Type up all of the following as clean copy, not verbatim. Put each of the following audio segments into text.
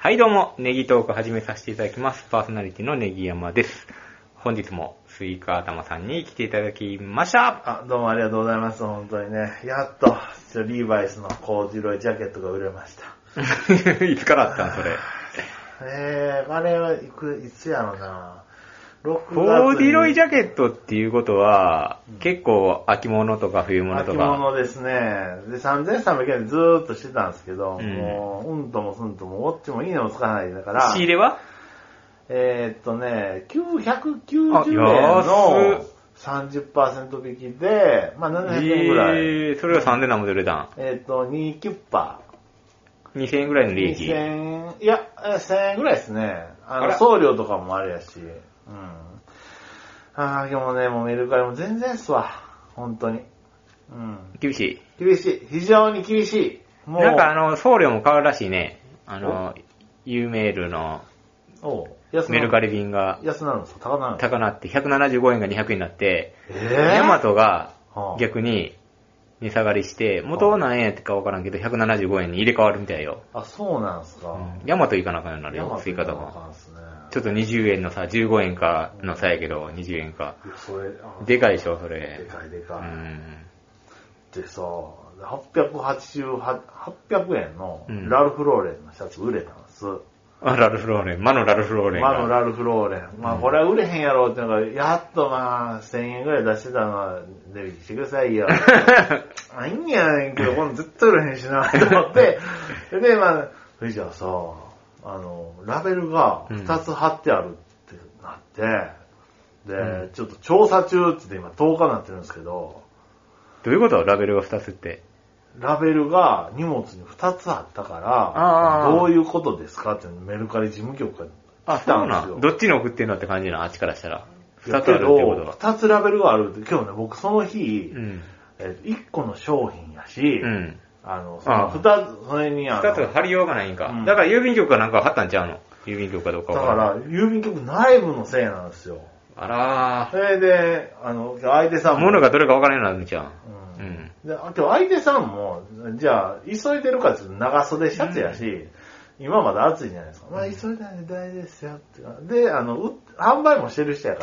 はいどうも、ネギトーク始めさせていただきます。パーソナリティのネギ山です。本日もスイカ頭さんに来ていただきました。 どうもありがとうございます。本当にね。やっと、リーバイスのコーデュロイジャケットが売れました。 いつからあったんそれ。 あれはいつやろな。 コーデュロイジャケットっていうことは、結構秋物とか冬物とか。 秋物ですね。で、3300円でずーっとしてたんですけど、もう、うんともすんとも、おっちもいいねもつかないだから。 仕入れは 990円の30% 引きで、まあ700円ぐらい。 それが3000何もで売れたん 2キュッパー。2000円ぐらいの利益。 2000円、いや、1000円ぐらいですね。送料とかもあれやし。でもね、もうメルカリも全然っすわ。本当に。 厳しい。 厳しい。非常に厳しい。 もうなんか送料も変わるらしいね。U メールのメルカリ便が安なるんですか？ 高なって175円が200円になって、ヤマトが逆に値下がりして、元は何円やってかわからんけど175円に入れ替わるみたいよ。 あ、そうなんすか。 ヤマト行かなあかんようになるよ、追加とか。ちょっと20円のさ、15円かの差やけど、20円か。でかいでしょ、それ。 でかい。でさ、800円のラルフローレンのシャツ売れたんです。 ラルフローレン。魔のラルフローレン。 魔のラルフローレン。まあこれは売れへんやろってのが、やっとまあ1000円ぐらい出してたのは、値引きしてくださいよ。いいんやねんけど、今度絶対売れへんしな、と思って。で、まあ、それじゃあさ、ラベルが2つ貼ってあるってなって、で、ちょっと調査中って今10日になってるんですけど。 どういうことラベルが2つって。 ラベルが荷物に2つあったから、どういうことですかってメルカリ事務局が来たんですよ。 どっちに送ってんのって感じな、あっちからしたら。2つあるってことは。 2つラベルがあるって、今日ね、僕その日、1個の商品やし、それに 2つ貼りようがないんか。だから郵便局かなんか貼ったんちゃうの？郵便局かどうかだから、郵便局内部のせいなんですよ。 あらー。 それで、相手さんも。 物がどれか分からんようになるんちゃう。 で、今日相手さんも、じゃあ、急いでるかって長袖シャツやし、今まだ暑いじゃないですか。まあ、急いでないんで大丈夫ですよって。で、販売もしてる人やから、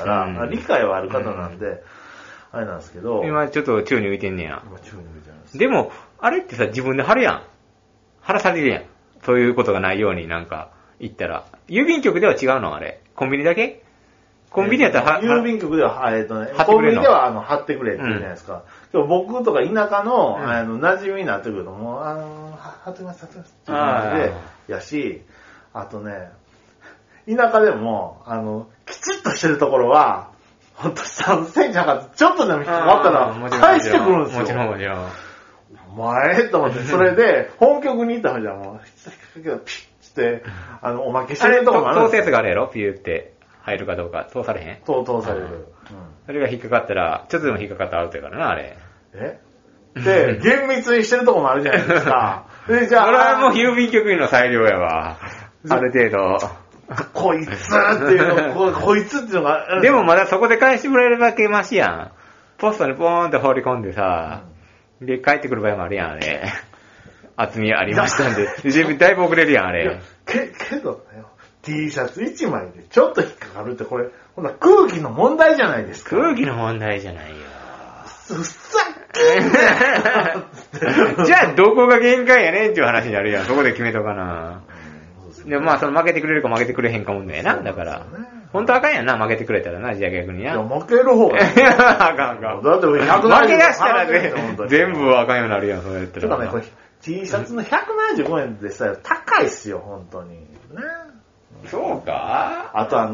理解はある方なんで、あれなんですけど。 今ちょっと宙に浮いてんねや。 今宙に浮いてます。 でも、あれってさ、自分で貼るやん。貼らされるやん。そういうことがないようになんか、言ったら。郵便局では違うのあれ。コンビニだけコンビニやったら郵便局では、コンビニでは貼ってくれって言うじゃないですか。今日僕とか田舎の、馴染みになってくると、もう、貼ってます、っていう感じで、やし、あとね、田舎でも、きちっとしてるところは、ほんと3センチ測って、ちょっとでも引っかかったら、返してくるんですよ。 もちろん。 お前と思って、それで、本局に行ったらじゃあもう、ピッって、おまけしてるところもあるんですよ。 通すやつがあるやろピューって。入るかどうか、通されへん？ 通される。 それが引っかかったら、ちょっとでも引っかかったらアウトやからな、あれ。 で、厳密にしてるとこもあるじゃないですか。で、じゃあ。 それはもう郵便局員の裁量やわ。ある程度。 こいつっていうの、こいつっていうのが。 でもまだそこで返してくれるだけマシやん。ポストにポーンって放り込んでさ、で、帰ってくる場合もあるやん、あれ。厚みありましたんで。だいぶ遅れるやん、あれ。 けどね。T シャツ1枚でちょっと引っかかるってこれ、ほんな空気の問題じゃないですか。 空気の問題じゃないよ。 ふざけんなよじゃあどこが限界やねんっていう話になるやん。そこで決めとかな。でもまあその負けてくれるか負けてくれへんかもんだよな。だから。本当あかんやんな、負けてくれたらな、じゃあ逆にな。 いや、負ける方がいい。 あかん。だって負け出したら全部あかんようになるやん、そうやってる。ね、これ T シャツの175円でさ、高いっすよ、本当に。ね。 そうかあと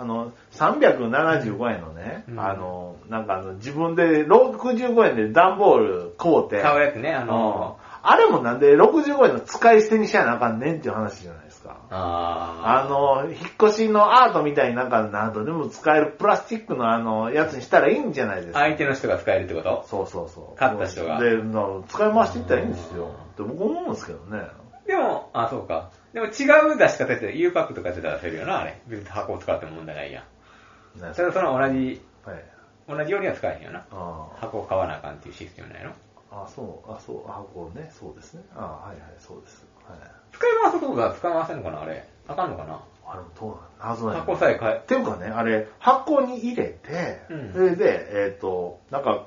375円のね、なんか自分で65円で段ボール買うて。 買うやつね、 あれもなんで65円の使い捨てにしやなあかんねんっていう話じゃないですか。引っ越しのアートみたいになんか何度でも使えるプラスチックのやつにしたらいいんじゃないですか。 相手の人が使えるってこと？ そう。 買った人が。 で、使い回していったらいいんですよ。って僕思うんですけどね。 でも、そうか。でも違う出し方で U パックとかで出せるよな、あれ。別に箱を使っても問題ないやん。それ同じようには使えへんよな。箱を買わなあかんっていうシステムないの？ 箱ね、そうですね。はい、そうです。はい、 使い回すことが使い回せんのかな、あれ。 あかんのかな。 あれもどうなの？ 箱さえ変え。 っていうかね、あれ、箱に入れて、それで、なんか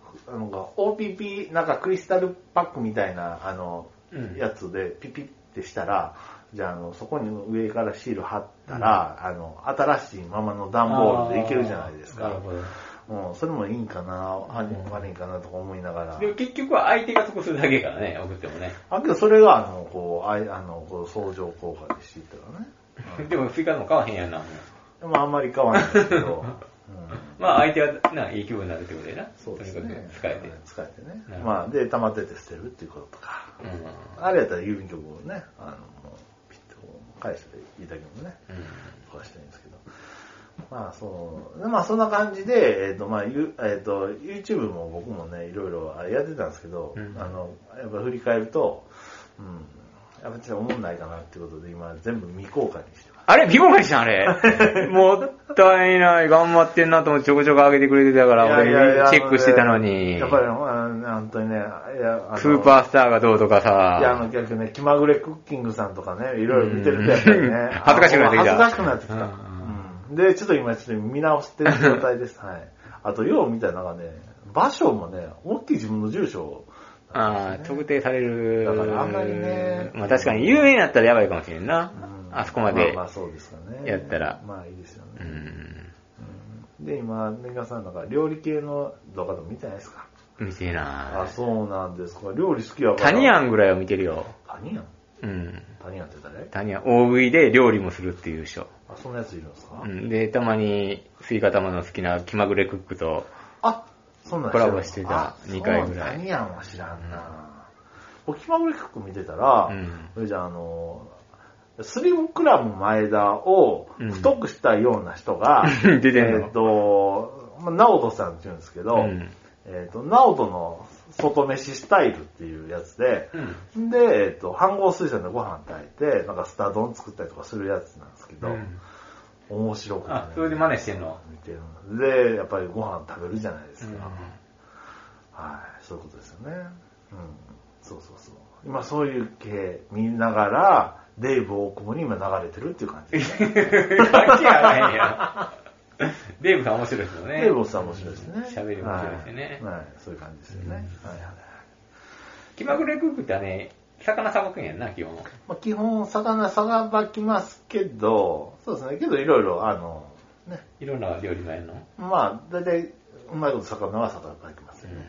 OPP、なんかクリスタルパックみたいな、やつでピピってしたら、じゃあ、そこに上からシール貼ったら、新しいままの段ボールでいけるじゃないですか。なるほど。それもいいんかな、悪いんかなとか思いながら。 でも結局は相手が得するだけからね、送ってもね。 けどそれが、相乗効果でしていったらね。でも追加でも買わへんやんな。 あんまり買わないんですけど。 まあ相手はいい気分になるってことでな。 そうですね。 使えてね。まあ、で、溜まってて捨てるっていうこととか。あれやったら郵便局をね、ピッと返していただけもね、とかしたいんですけど。まあそんな感じで、YouTube も僕もね、いろいろやってたんですけど、やっぱ振り返ると、やっぱちょっと思んないかなっていうことで、今全部未公開にしてます。 あれ未公開にしたんあれもったいない。頑張ってんなと思ってちょこちょこ上げてくれてたから、俺チェックしてたのに。 やっぱり、本当にね、 スーパースターがどうとかさ。 いや、逆にね、気まぐれクッキングさんとかね、いろいろ見てるとやっぱりね、 恥ずかしくなってきた。 恥ずかしくなってきた。で、ちょっと今見直してる状態です。はい。あと、よう見たらなんかね、場所もね、大きい自分の住所、 特定される。 だからあんまりね。 まあ確かに有名になったらやばいかもしれんな。あそこまで。 まあそうですかね。 やったら。 まあいいですよね。で、今、ネガさんなんか料理系の動画でも見てないですか？ 見てない。そうなんですか。料理好きやから。 タニアンぐらいは見てるよ。 タニアン？タニアンって誰？ タニアン、大食いで料理もするっていう人。 そんなやついるんですか？ で、たまにスイカ玉の好きな気まぐれクックとコラボしてた2回ぐらい。 タニアンは知らんな。僕気まぐれクック見てたら、それじゃあスリムクラブ前田を太くしたような人が、 出てんの？ ナオトさんって言うんですけど、ナオトの外飯スタイルっていうやつで、で、飯合水産でご飯炊いて、なんかスタ丼作ったりとかするやつなんですけど、面白くて、ね。 それで真似してんの？ 見てるので、やっぱりご飯食べるじゃないですか。はい、そういうことですよね。そう。今そういう系見ながら、デーブ大久保に今流れてるっていう感じですね。 関係あらへんやん。デーブさん面白いですよね。 デーブさん面白いですね。 喋り面白いですよね。 はい、そういう感じですよね。 気まぐれクックって魚さばくんやんな、基本。 基本、魚さばきますけど、そうですね、けどいろいろ、 ね。いろんな料理もやるの？ だいたい、うまいこと魚はさばきますよね。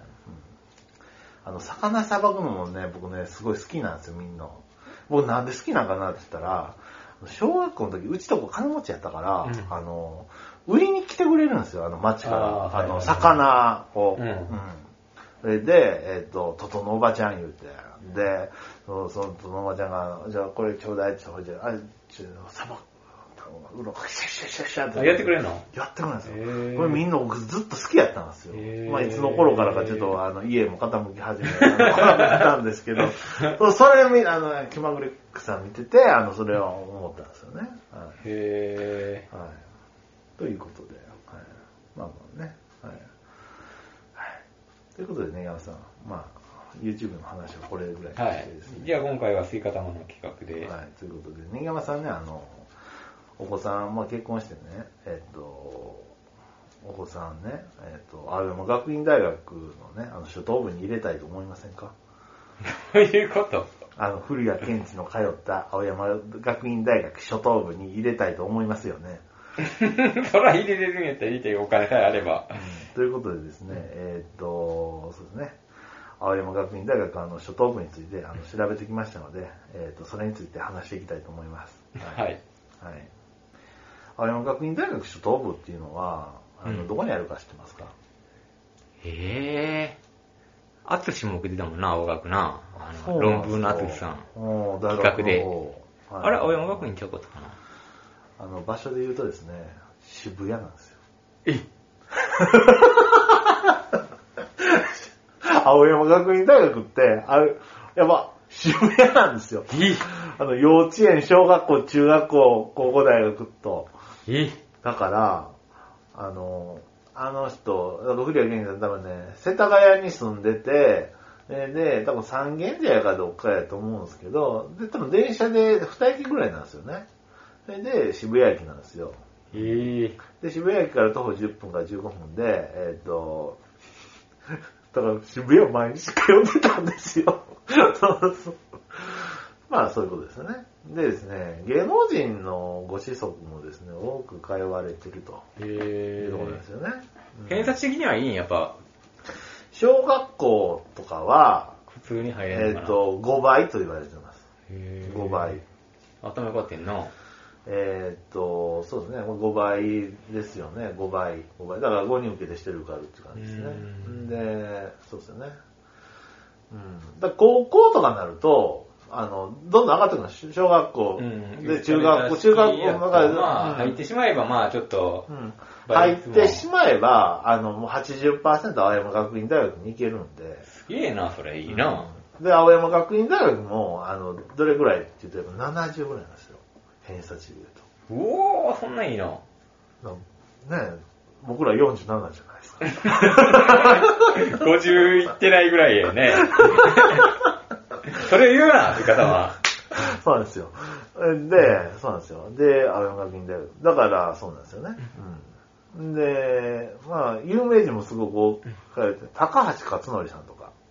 魚さばくのもね、僕ね、すごい好きなんですよ、みんな。僕なんで好きなんかなって言ったら、小学校の時、うちとこ金持ちやったから、売りに来てくれるんですよ、町から。魚を。それで、トトのおばちゃん言うて。で、そのトトのおばちゃんが、じゃあこれちょうだいって言って、さばく。うろシャシャシャシャってやってくれんの？ やってくれるんですよ。これみんな僕ずっと好きやったんですよ。いつの頃からかちょっと家も傾き始めたんですけど、それ気まぐれさん見てて、それは思ったんですよね。 へー。 はい。ということで、まあね。ということでね、山さん、YouTube の話はこれぐらいにしてですね。 じゃあ今回はスイカ玉の企画で。 ということで、新山さんね、お子さん、結婚してね、お子さんね、青山学院大学のね、初等部に入れたいと思いませんか？ どういうこと？ 古谷健一の通った青山学院大学初等部に入れたいと思いますよね。 そら入れれるんやったら入れてお金さえあれば。 ということでですね、そうですね、青山学院大学初等部について調べてきましたので、それについて話していきたいと思います。 はい。 青山学院大学初等部っていうのは、どこにあるか知ってますか？ 淳も出たもんな、青学な。論文の淳さん。企画で。あれ、青山学院ちゃうかったかな。 場所で言うとですね、渋谷なんですよ。青山学院大学って、やっぱ渋谷なんですよ。幼稚園、小学校、中学校、高校大学と。だから、人、古谷健二さん多分ね、世田谷に住んでて、 で、多分三軒茶屋かどっかやと思うんですけど、で、多分電車で2駅ぐらいなんですよね。で、渋谷駅なんですよ。で、渋谷駅から徒歩10分から15分で、だから渋谷を毎日通ってたんですよ。まあそういうことですよね。でですね、芸能人のご子息もですね、多く通われてるというところですよね。 偏差値的にはいいんやっぱ。 小学校とかは、 普通に入れるのかな。 5倍と言われてます。5倍。 頭良かったんな。 そうですね、5倍ですよね、5倍。だから5人受けてしてるからっていう感じですね。で、そうですよね。だから高校とかになると、どんどん上がってくるの。小学校、で、中学校の中で、 まあ、入ってしまえば、まあ、ちょっと、 入ってしまえば、もう 80% 青山学院大学に行けるんで。 すげえな、それ、いいな。 で、青山学院大学も、どれぐらいって言うと、70ぐらいなんですよ。偏差値で言うと。おー、そんなんいいな。 ねえ、僕ら47じゃないですか。 50いってないぐらいやね。それ言うな、って方は。 そうなんですよ。で、そうなんですよ。で、青山学院大学。だから、そうなんですよね。で、まあ、有名人もすごく多く書かれて、高橋克典さんとか。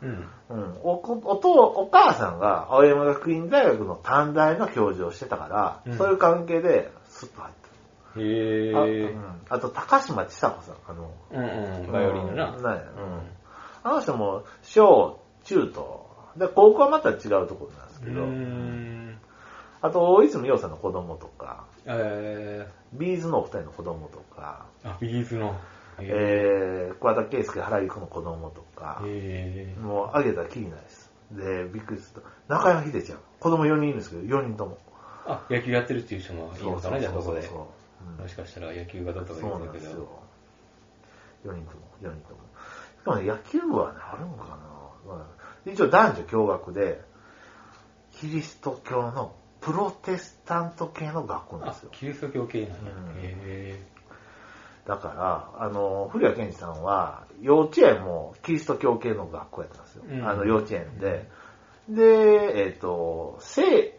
お母さんが青山学院大学の短大の教授をしてたから、そういう関係でスッと入ってる。あと、高島ちさ子さん、 バイオリンのな。 あの人も、小、中と、で、高校はまた違うところなんですけど、あと、大泉洋さんの子供とか、ビーズのお二人の子供とか、 ビーズの。 桑田佳祐、原由子の子供とか、もう挙げたらきりないです。で、びっくりすると、中山秀ちゃん、子供4人いるんですけど、4人とも。 野球やってるっていう人もいるのかな、じゃあそこで。もしかしたら野球がどうとか言うんだけど。 そうなんですよ。4人とも。しかもね、野球部はね、あるのかな。一応男女共学で、キリスト教のプロテスタント系の学校なんですよ。 キリスト教系なんや。 だから、古谷健二さんは、幼稚園もキリスト教系の学校やったんですよ。幼稚園で。で、そうですね。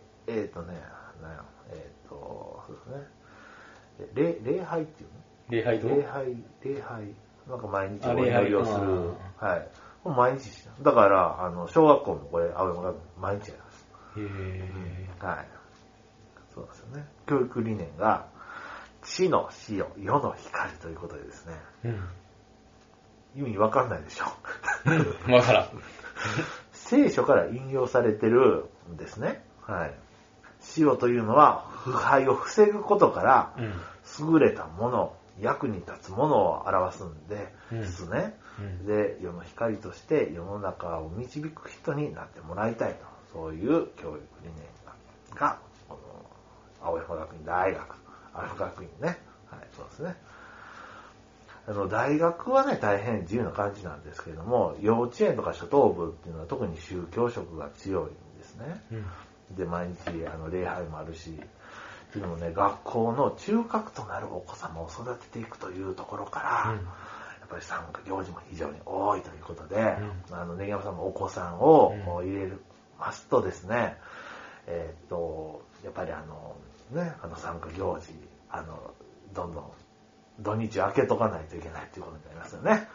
礼拝っていうの？ 礼拝。 なんか毎日お祈りをする。はい。毎日してだから、小学校もこれ、青山学院毎日やります。はい。そうですよね。教育理念が、地の塩、世の光ということでですね。意味わかんないでしょ。 わからん。 聖書から引用されてるんですね。はい。塩というのは腐敗を防ぐことから、優れたもの、役に立つものを表すんですね。で、世の光として世の中を導く人になってもらいたいと。そういう教育理念が、青山学院大学、青山学院ね。はい、そうですね。大学はね、大変自由な感じなんですけれども、幼稚園とか初等部っていうのは特に宗教色が強いんですね。で、毎日、礼拝もあるし、っていうのもね、学校の中核となるお子様を育てていくというところから、やっぱり参加行事も非常に多いということで、ネギ山さんもお子さんを入れますとですね、やっぱり参加行事、どんどん、土日開けとかないといけないっていうことになりますよね。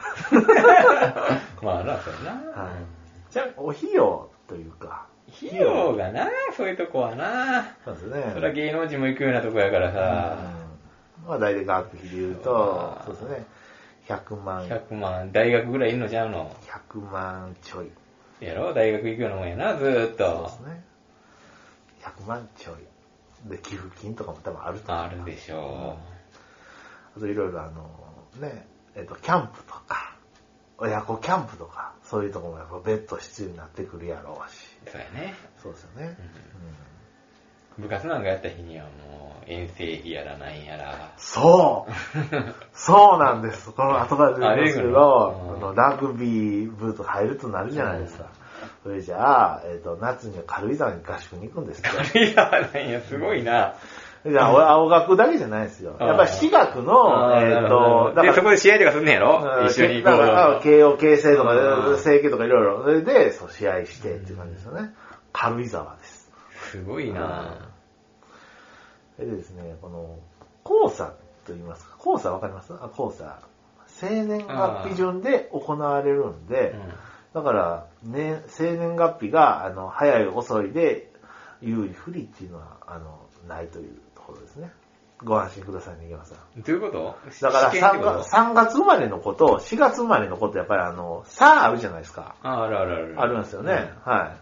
まあな、そうやな。 じゃあ、お費用というか。 費用がな、そういうとこはな。 そうですね。 それは芸能人も行くようなとこやからさ。 まあ大体学費で言うと、そうですね。100万。 100万。大学ぐらいいんのちゃうの？ 100 万ちょい。 やろ？大学行くようなもんやな、ずーっと。 そうですね。100万ちょい。で、寄付金とかも多分あると思う。 あるでしょう。あといろいろキャンプとか、親子キャンプとか、そういうところもやっぱ別途必要になってくるやろうし。 そうやね。 そうですよね。 部活なんかやった日にはもう遠征費やらなんやら。 そうそうなんです。この後から出てくるんですけど、ラグビー部とか入るとなるじゃないですか。それじゃあ、夏には軽井沢に合宿に行くんですけど。 軽井沢なんや、すごいな。 じゃあ、青学だけじゃないですよ。やっぱり私学の、 で、そこで試合とかすんねやろ一緒に行こう。 だから、慶応、慶成とか、成形とかいろいろ。それで、そう、試合してっていう感じですよね。軽井沢です。 すごいなでですね、この、交差と言いますか。交差わかります交差。生年月日順で行われるんで、だから、ね、生年月日が、早い遅いで、有利不利っていうのは、ないというところですね。ご安心くださいね、池山さん。 どういうことだから3月生まれの子と4月生まれの子ってやっぱり差あるじゃないですか。 ある。 あるんですよね。はい。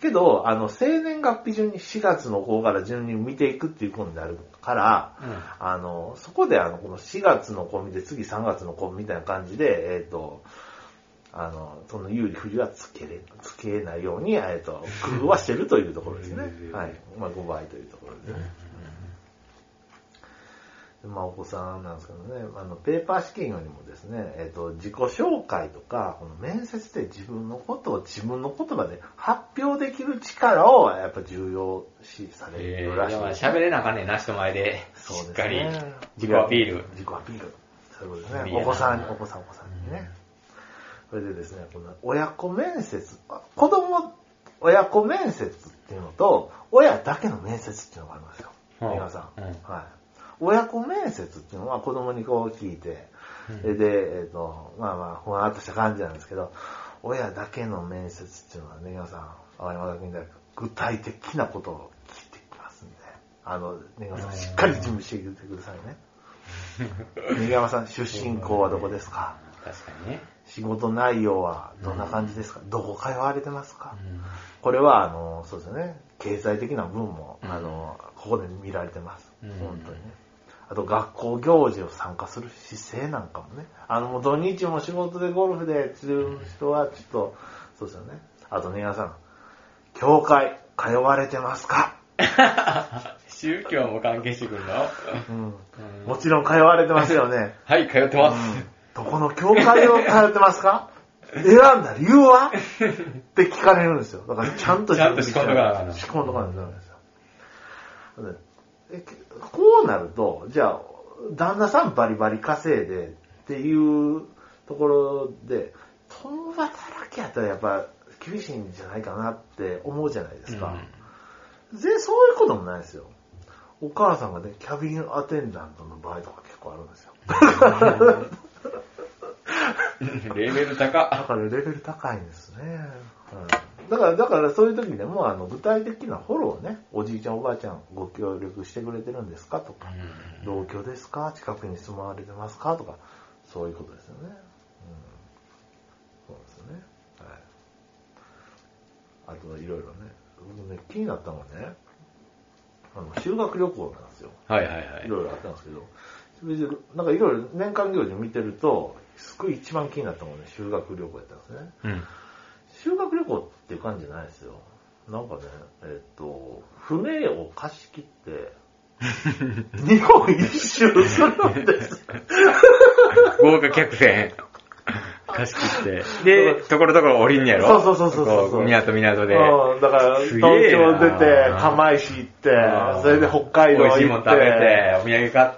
けど、生年月日順に4月の子から順に見ていくっていうことになるから、そこでこの4月の子見て次3月の子みたいな感じで、その有利不利はつけないように、工夫はしてるというところですね。はい。まあ5倍というところですね。まあお子さんなんですけどね、ペーパー試験よりもですね、自己紹介とか、この面接で自分のことを自分の言葉で発表できる力をやっぱ重要視されるらしいです、 喋れなあかんねんな、人前で。しっかり。自己アピール。 自己アピール。そういうことですね。お子さんにね。それでですね、この親子面接、親子面接っていうのと、親だけの面接っていうのがありますよ。皆さん。はい。親子面接っていうのは子供にこう聞いて、で、まあ、ふわっとした感じなんですけど、親だけの面接っていうのはね、皆さん、青山学院大学、具体的なことを聞いてきますんで、皆さんしっかり準備していてくださいね。根山さん、出身校はどこですか？ 確かにね。 仕事内容はどんな感じですか？どこ通われてますか？これは、そうですよね、経済的な分も、ここで見られてます。本当にね。あと学校行事を参加する姿勢なんかもね。もう土日も仕事でゴルフでっていう人はちょっと、そうですよね。あとね、皆さん、教会通われてますか？ 宗教も関係してくるの？ もちろん通われてますよね。 はい、通ってます。 どこの教会を通ってますか？選んだ理由はって聞かれるんですよ。だからちゃんと仕込んどかなあかんの。 仕込んどかなきゃダメですよ。こうなると、じゃあ、旦那さんバリバリ稼いでっていうところで、共働きやったらやっぱ厳しいんじゃないかなって思うじゃないですか。そういうこともないですよ。お母さんがね、キャビンアテンダントの場合とか結構あるんですよ。レベル高。 だからレベル高いんですね。だからそういう時でも具体的なフォローね、おじいちゃんおばあちゃんご協力してくれてるんですかとか、同居ですか、近くに住まわれてますかとか、そういうことですよね。そうですよね。はい。あといろいろね、僕ね気になったのはね、修学旅行なんですよ。 はい。 いろいろあったんですけど、なんかいろいろ年間行事見てると、すごい一番気になったのがね、修学旅行やったんですね。修学旅行っていう感じじゃないですよ。なんかね、船を貸し切って、日本一周するんです。 豪華客船貸し切って。で、ところどころ降りんやろ？ そう。 港で。 だから、東京出て、釜石行って、それで北海道行って。美味しいもん食べて、 お土産買って。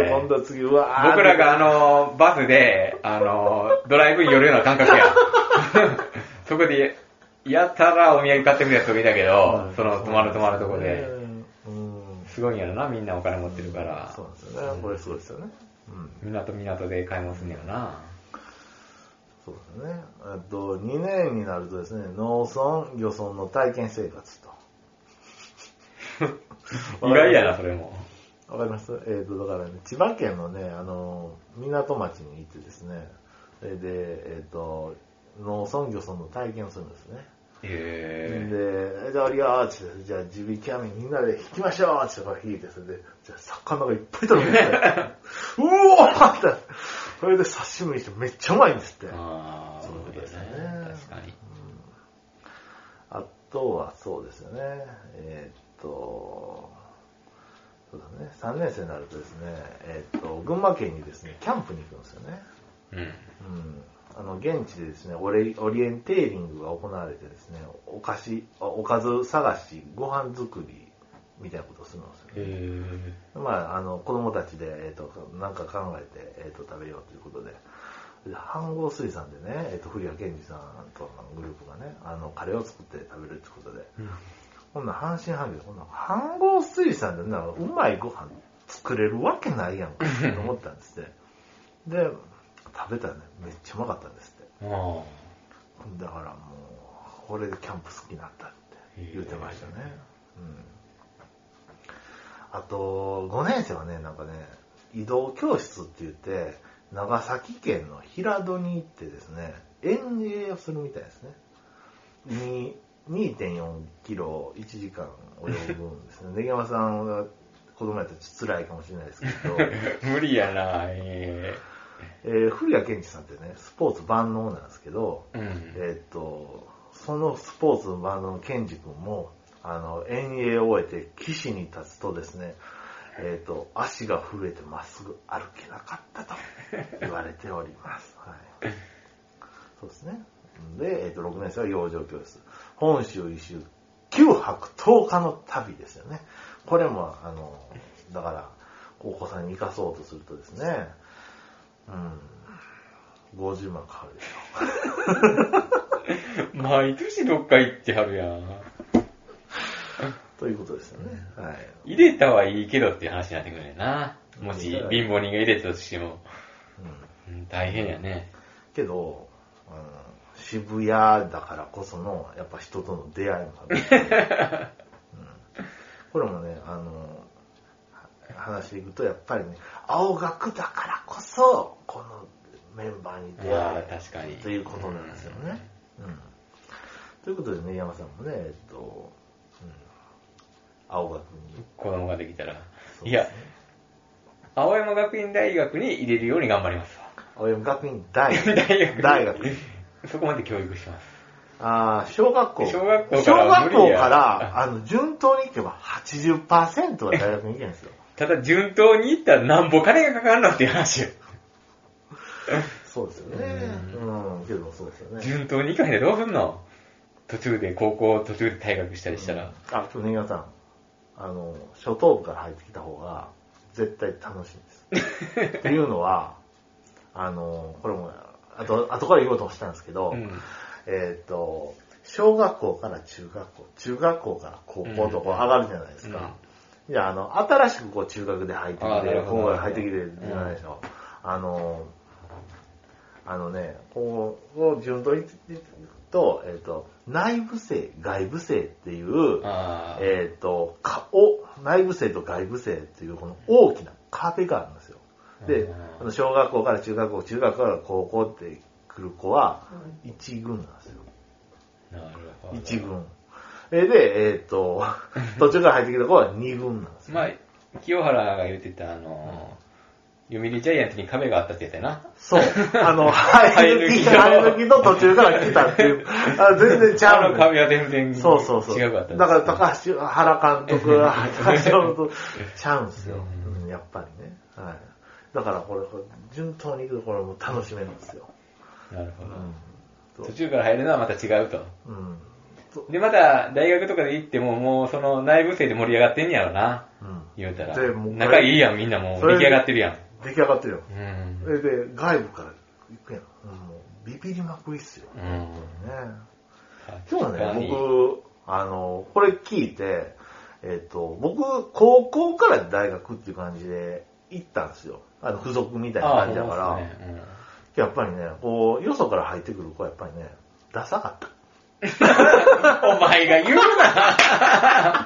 今度次、うわー。 僕らがバスで、ドライブに寄るような感覚や。そこで、やったらお土産買ってくるやつがいたけど、泊まるとこで。すごいんやろな、みんなお金持ってるから。 そうですよね。これすごいですよね。 港で買い物すんねやろな。 そうですね。2年になるとですね、農村、漁村の体験生活と。 意外やな、それも。 わかります？だからね、千葉県のね、港町に行ってですね、で、農村漁村の体験をするんですね。で、じゃあ、じゃあ、地引き網みんなで引きましょうって引いて、それで、じゃあ、魚がいっぱい取るんですね。うおーって、それで刺身にしてめっちゃうまいんですって。そういうことですよね。 確かに。 あとは、そうですよね。そうだね。3年生になるとですね、群馬県にですね、キャンプに行くんですよね。現地でですね、オリエンテーリングが行われてですね、おかず探し、ご飯作りみたいなことをするんですよ、ね。まあ、子供たちで、なんか考えて、食べようということで。飯合水産でね、古谷健二さんとのグループがね、カレーを作って食べるってことで。こんな阪神阪急で、こんな飯合水産でうまいご飯作れるわけないやんかって思ったんですって。で、食べたらね、めっちゃうまかったんですって。だからもう、これでキャンプ好きになったって言ってましたね。あと、5年生はね、なんかね、移動教室って言って、長崎県の平戸に行ってですね、遠泳をするみたいですね。2.4 キロ1時間泳ぐんですね。出山さんが子供やったら辛いかもしれないですけど。 無理やな古谷健二さんってね、スポーツ万能なんですけど、そのスポーツ万能の健二君も、遠泳を終えて岸に立つとですね、足が震えてまっすぐ歩けなかったと言われております。はい、そうですね。で、6年生は養生教室。本州一周9泊10日の旅ですよね。これも、だから、お子さんに生かそうとするとですね、50万かかるでしょ。毎年どっか行ってはるやん。 ということですよね。はい。 入れたはいいけどっていう話になってくるよな。もし貧乏人が入れたとしても。大変やね。 けど、渋谷だからこその、やっぱ人との出会いもある、これもね、話していくと、やっぱりね、青学だからこそ、このメンバーに出会え確かにということなんですよね。ということでね、山さんもね、青学に。 子供ができたら。いや、青山学院大学に入れるように頑張りますわ。 青山学院大学。 そこまで教育します。 小学校から順当に行けば 80% は大学に行けるんですよ。 ただ順当に行ったらなんぼ金がかかるのっていう話よ。 そうですよね。けどそうですよね。 順当に行かへんでどうすんの？高校途中で退学したりしたら。 今日ねぎわさん、初等部から入ってきた方が絶対楽しいんです。っていうのは、これも、後から言おうとしたんですけど、小学校から中学校から高校とこう上がるじゃないですか。じゃあ、新しくこう中学で入ってきて、高校で入ってきてじゃないでしょ。こう順当に言うと、内部生、外部生っていう、内部生と外部生っていうこの大きな壁があるんですよ。で、小学校から中学校、中学校から高校って来る子は、一軍なんですよ。 なるほど。 一軍。で、途中から入ってきた子は二軍なんですよ。 まあ、清原が言ってた、読売ジャイアンツに壁があったってやつやな。 そう。生え抜きと途中から来たっていう。全然ちゃう。 壁は全然違うかった。だから原監督が高橋とちゃうんですよ。やっぱりね。はい。だからこれ順当に行くところも楽しめるんですよ。 なるほど。途中から入るのはまた違うと。で、また大学とかで行っても、もうその内部生で盛り上がってんやろな。言うたら。仲いいやん、みんなもう出来上がってるやん。 出来上がってるよ。で、外部から行くやん。もうビビりまくりっすよ。今日はね、僕、これ聞いて、僕、高校から大学っていう感じで行ったんですよ。付属みたいな感じだから。やっぱりね、こう、よそから入ってくる子はやっぱりね、ダサかった。 お前が言うな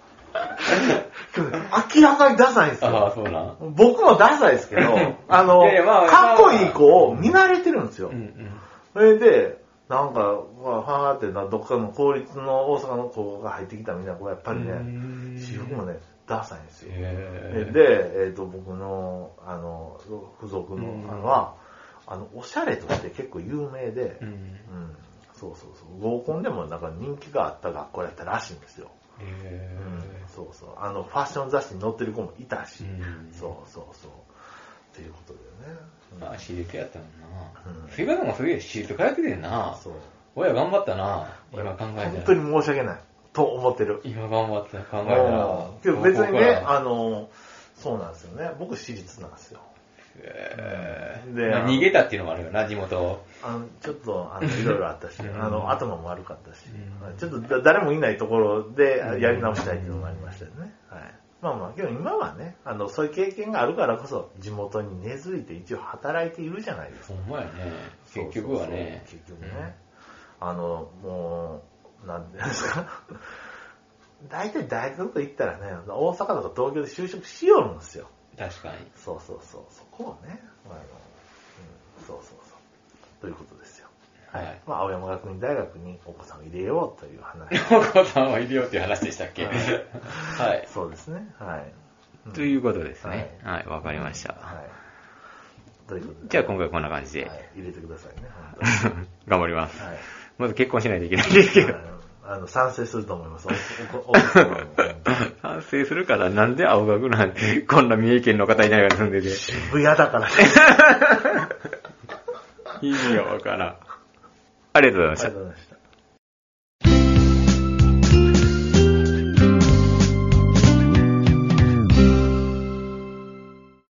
明らかにダサいんですよ。 そうなん。 僕もダサいですけど、かっこいい子を見慣れてるんですよ。それで、なんか、はーってどっかの公立の大阪の子が入ってきたみたいな子がやっぱりね、私服もね、ダサいんですよ。で、僕の、付属のは、おしゃれとして結構有名で、そう。合コンでもなんか人気があった学校やったらしいんですよ。そう。ファッション雑誌に載ってる子もいたし、そう。っていうことでね。 まあ、私立やったもんな。そういう方もすげえ私立通っててんな。親頑張ったな、今考えたら。 本当に申し訳ない。 と思ってる。 今頑張って考えたら。 けど別にね、そうなんですよね。僕私立なんですよ。 で、逃げたっていうのもあるよな、地元。 ちょっと、いろいろあったし、頭も悪かったし、ちょっと誰もいないところでやり直したいっていうのもありましたよね。はい。まあまあ、けど今はね、そういう経験があるからこそ、地元に根付いて一応働いているじゃないですか。 ほんまやね。結局はね。 結局ね。もう、なんていうんですか。大体大学行ったらね、大阪とか東京で就職しよるんですよ。 確かに。 そう。そこをね、そう。ということですよ。はい。まあ、青山学院大学にお子さんを入れようという話。 お子さんを入れようという話でしたっけ？はい。 そうですね。はい。 ということですね。はい、わかりました。はい。ということで。じゃあ今回こんな感じで。 はい。入れてくださいね。 頑張ります。はい。まず結婚しないといけないんですけど。 賛成すると思います。 賛成するからなんで青学なんてこんな三重県の方いないから住んでて。 渋谷だからね。 意味がわからん。ありがとうございました。 ありがとうございました。